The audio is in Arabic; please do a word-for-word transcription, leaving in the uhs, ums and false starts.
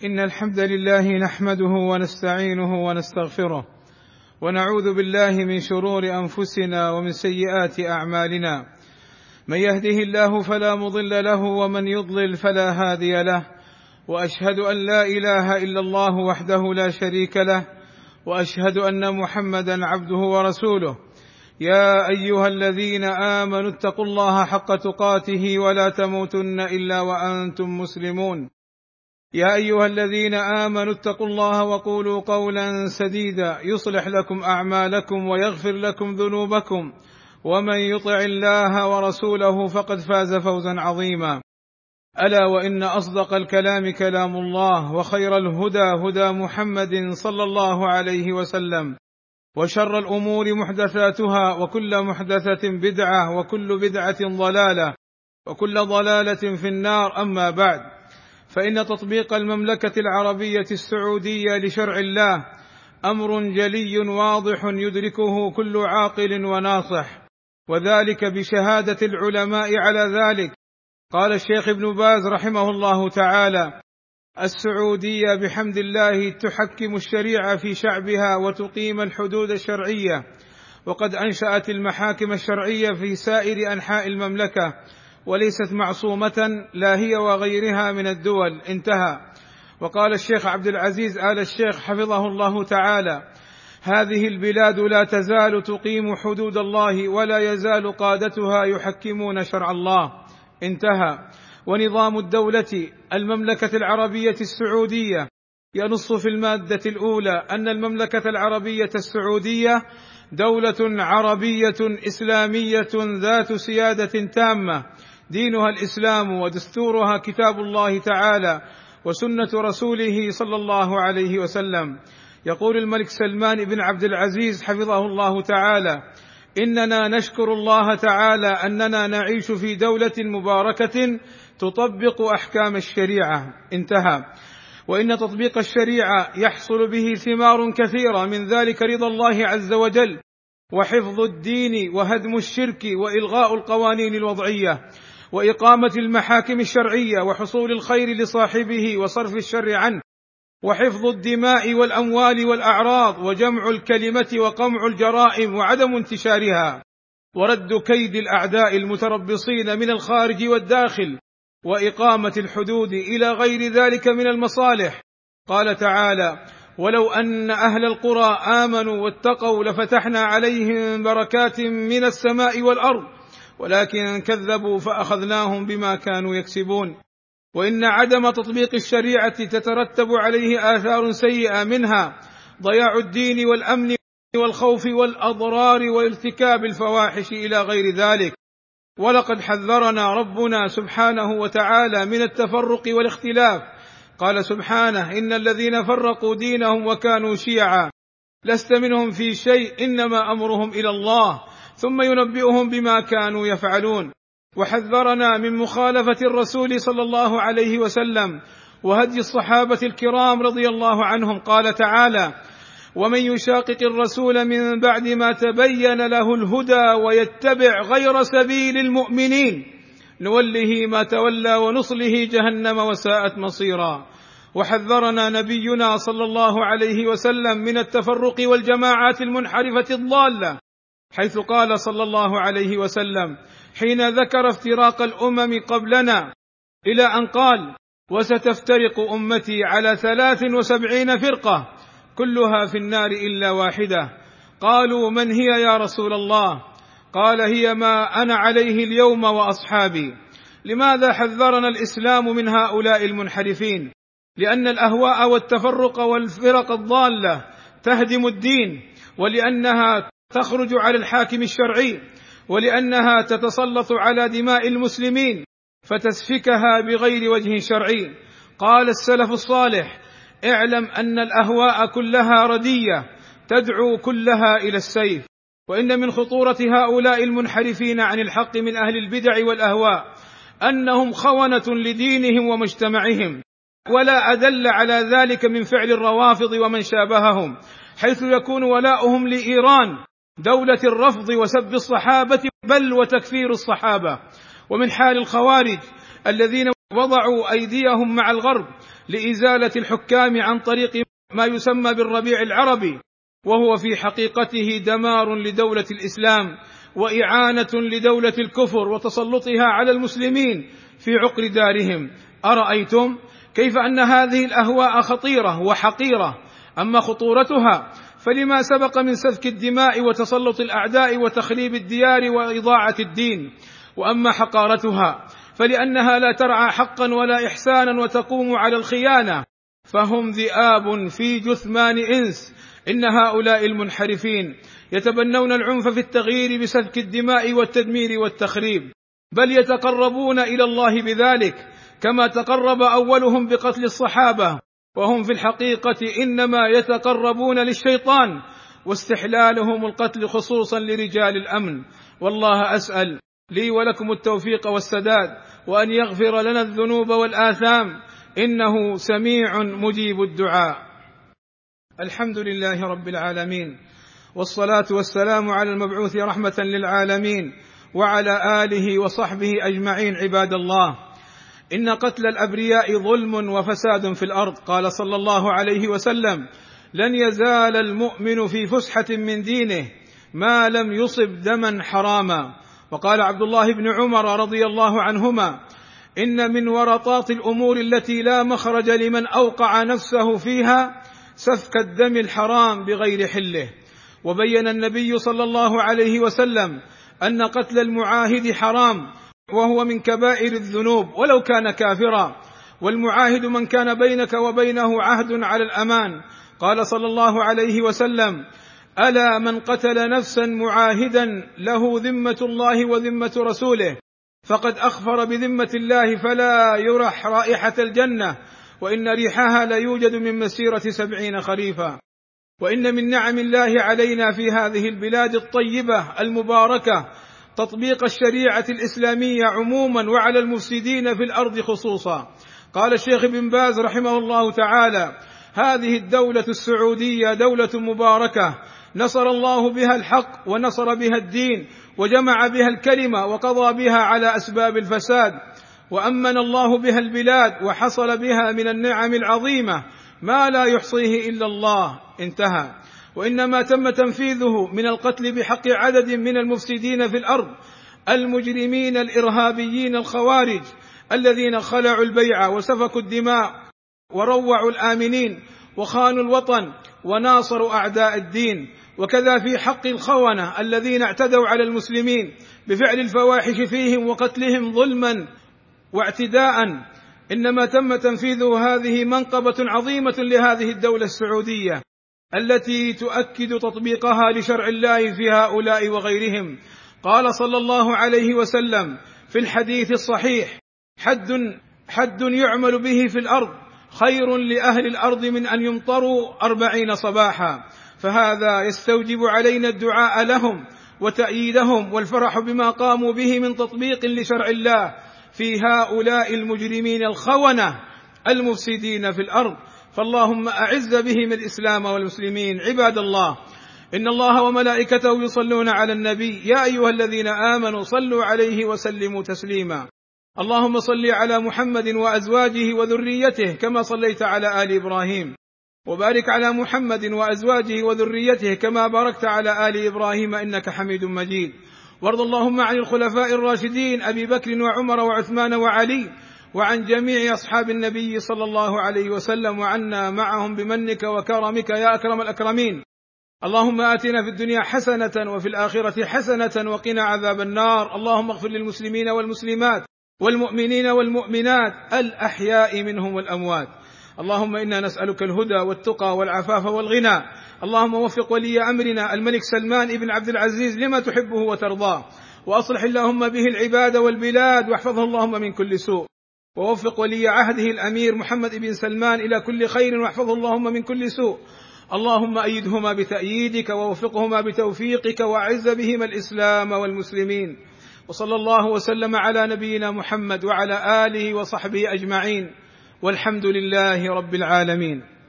إن الحمد لله نحمده ونستعينه ونستغفره، ونعوذ بالله من شرور أنفسنا ومن سيئات أعمالنا. من يهده الله فلا مضل له، ومن يضلل فلا هادي له. وأشهد أن لا إله إلا الله وحده لا شريك له، وأشهد أن محمدا عبده ورسوله. يا أيها الذين آمنوا اتقوا الله حق تقاته ولا تموتن إلا وأنتم مسلمون. يا أيها الذين آمنوا اتقوا الله وقولوا قولا سديدا يصلح لكم أعمالكم ويغفر لكم ذنوبكم، ومن يطع الله ورسوله فقد فاز فوزا عظيما. ألا وإن أصدق الكلام كلام الله، وخير الهدى هدى محمد صلى الله عليه وسلم، وشر الأمور محدثاتها، وكل محدثة بدعة، وكل بدعة ضلالة، وكل ضلالة في النار. أما بعد، فإن تطبيق المملكة العربية السعودية لشرع الله أمر جلي واضح يدركه كل عاقل وناصح، وذلك بشهادة العلماء على ذلك. قال الشيخ ابن باز رحمه الله تعالى: السعودية بحمد الله تحكم الشريعة في شعبها وتقيم الحدود الشرعية، وقد أنشأت المحاكم الشرعية في سائر أنحاء المملكة، وليست معصومة لا هي وغيرها من الدول. انتهى. وقال الشيخ عبد العزيز آل الشيخ حفظه الله تعالى: هذه البلاد لا تزال تقيم حدود الله، ولا يزال قادتها يحكمون شرع الله. انتهى. ونظام الدولة المملكة العربية السعودية ينص في المادة الأولى أن المملكة العربية السعودية دولة عربية إسلامية ذات سيادة تامة، دينها الإسلام، ودستورها كتاب الله تعالى وسنة رسوله صلى الله عليه وسلم. يقول الملك سلمان بن عبد العزيز حفظه الله تعالى: إننا نشكر الله تعالى أننا نعيش في دولة مباركة تطبق أحكام الشريعة. انتهى. وإن تطبيق الشريعة يحصل به ثمار كثيرة، من ذلك رضا الله عز وجل، وحفظ الدين، وهدم الشرك، وإلغاء القوانين الوضعية، وإقامة المحاكم الشرعية، وحصول الخير لصاحبه وصرف الشر عنه، وحفظ الدماء والأموال والأعراض، وجمع الكلمة، وقمع الجرائم وعدم انتشارها، ورد كيد الأعداء المتربصين من الخارج والداخل، وإقامة الحدود إلى غير ذلك من المصالح. قال تعالى: ولو أن أهل القرى آمنوا واتقوا لفتحنا عليهم بركات من السماء والأرض ولكن كذبوا فأخذناهم بما كانوا يكسبون. وإن عدم تطبيق الشريعة تترتب عليه آثار سيئة، منها ضياع الدين والأمن والخوف والأضرار وارتكاب الفواحش إلى غير ذلك. ولقد حذرنا ربنا سبحانه وتعالى من التفرق والاختلاف. قال سبحانه: إن الذين فرقوا دينهم وكانوا شيعا لست منهم في شيء إنما أمرهم إلى الله ثم ينبئهم بما كانوا يفعلون. وحذرنا من مخالفة الرسول صلى الله عليه وسلم وهدي الصحابة الكرام رضي الله عنهم. قال تعالى: ومن يشاقق الرسول من بعد ما تبين له الهدى ويتبع غير سبيل المؤمنين نوله ما تولى ونصله جهنم وساءت مصيرا. وحذرنا نبينا صلى الله عليه وسلم من التفرق والجماعات المنحرفة الضالة، حيث قال صلى الله عليه وسلم حين ذكر افتراق الأمم قبلنا إلى أن قال: وستفترق أمتي على ثلاث وسبعين فرقة كلها في النار إلا واحدة. قالوا: من هي يا رسول الله؟ قال: هي ما أنا عليه اليوم وأصحابي. لماذا حذرنا الإسلام من هؤلاء المنحرفين؟ لأن الأهواء والتفرق والفرق الضالة تهدم الدين، ولأنها تخرج على الحاكم الشرعي، ولأنها تتسلط على دماء المسلمين فتسفكها بغير وجه شرعي. قال السلف الصالح: اعلم أن الأهواء كلها ردية تدعو كلها إلى السيف. وإن من خطورة هؤلاء المنحرفين عن الحق من أهل البدع والأهواء أنهم خونة لدينهم ومجتمعهم، ولا أدل على ذلك من فعل الروافض ومن شابههم، حيث يكون ولاؤهم لإيران دولة الرفض وسب الصحابة بل وتكفير الصحابة. ومن حال الخوارج الذين وضعوا أيديهم مع الغرب لإزالة الحكام عن طريق ما يسمى بالربيع العربي، وهو في حقيقته دمار لدولة الإسلام وإعانة لدولة الكفر وتسلطها على المسلمين في عقر دارهم. أرأيتم كيف أن هذه الأهواء خطيرة وحقيرة؟ أما خطورتها فلما سبق من سفك الدماء وتسلط الأعداء وتخريب الديار وإضاعة الدين، وأما حقارتها فلأنها لا ترعى حقا ولا إحسانا وتقوم على الخيانة، فهم ذئاب في جثمان إنس. إن هؤلاء المنحرفين يتبنون العنف في التغيير بسفك الدماء والتدمير والتخريب، بل يتقربون إلى الله بذلك كما تقرب أولهم بقتل الصحابة، وهم في الحقيقة إنما يتقربون للشيطان واستحلالهم القتل خصوصا لرجال الأمن. والله أسأل لي ولكم التوفيق والسداد، وأن يغفر لنا الذنوب والآثام، إنه سميع مجيب الدعاء. الحمد لله رب العالمين، والصلاة والسلام على المبعوث رحمة للعالمين وعلى آله وصحبه أجمعين. عباد الله، إن قتل الأبرياء ظلم وفساد في الأرض. قال صلى الله عليه وسلم: لن يزال المؤمن في فسحة من دينه ما لم يصب دما حراما. وقال عبد الله بن عمر رضي الله عنهما: إن من ورطات الأمور التي لا مخرج لمن أوقع نفسه فيها سفك الدم الحرام بغير حله. وبين النبي صلى الله عليه وسلم أن قتل المعاهد حرام، وهو من كبائر الذنوب ولو كان كافرا، والمعاهد من كان بينك وبينه عهد على الأمان. قال صلى الله عليه وسلم: ألا من قتل نفسا معاهدا له ذمة الله وذمة رسوله فقد أخفر بذمة الله فلا يرح رائحة الجنة، وإن ريحها ليوجد من مسيرة سبعين خريفا. وإن من نعم الله علينا في هذه البلاد الطيبة المباركة تطبيق الشريعة الإسلامية عموما وعلى المفسدين في الأرض خصوصا. قال الشيخ بن باز رحمه الله تعالى: هذه الدولة السعودية دولة مباركة نصر الله بها الحق ونصر بها الدين وجمع بها الكلمة وقضى بها على أسباب الفساد، وأمن الله بها البلاد وحصل بها من النعم العظيمة ما لا يحصيه إلا الله. انتهى. وإنما تم تنفيذه من القتل بحق عدد من المفسدين في الأرض المجرمين الإرهابيين الخوارج الذين خلعوا البيع وسفكوا الدماء وروعوا الآمنين وخانوا الوطن وناصروا أعداء الدين. وكذا في حق الخونة الذين اعتدوا على المسلمين بفعل الفواحش فيهم وقتلهم ظلما واعتداء. إنما تم تنفيذ هذه منقبة عظيمة لهذه الدولة السعودية التي تؤكد تطبيقها لشرع الله في هؤلاء وغيرهم. قال صلى الله عليه وسلم في الحديث الصحيح: حد حد يعمل به في الأرض خير لأهل الأرض من أن يمطروا أربعين صباحا. فهذا يستوجب علينا الدعاء لهم وتأييدهم والفرح بما قاموا به من تطبيق لشرع الله في هؤلاء المجرمين الخونة المفسدين في الأرض. فاللهم أعز بهم الإسلام والمسلمين. عباد الله، إن الله وملائكته يصلون على النبي يا أيها الذين آمنوا صلوا عليه وسلموا تسليما. اللهم صل على محمد وأزواجه وذريته كما صليت على آل إبراهيم، وبارك على محمد وأزواجه وذريته كما باركت على آل إبراهيم إنك حميد مجيد. وارض اللهم عن الخلفاء الراشدين أبي بكر وعمر وعثمان وعلي، وعن جميع أصحاب النبي صلى الله عليه وسلم، وعنا معهم بمنك وكرمك يا أكرم الأكرمين. اللهم آتنا في الدنيا حسنة وفي الآخرة حسنة وقنا عذاب النار. اللهم اغفر للمسلمين والمسلمات والمؤمنين والمؤمنات الأحياء منهم والأموات. اللهم إنا نسألك الهدى والتقى والعفاف والغنى. اللهم وفق ولي أمرنا الملك سلمان بن عبد العزيز لما تحبه وترضاه، وأصلح اللهم به العباد والبلاد، واحفظه اللهم من كل سوء. ووفق ولي عهده الأمير محمد بن سلمان إلى كل خير، واحفظه اللهم من كل سوء. اللهم أيدهما بتأييدك ووفقهما بتوفيقك، وأعز بهما الإسلام والمسلمين. وصلى الله وسلم على نبينا محمد وعلى آله وصحبه أجمعين، والحمد لله رب العالمين.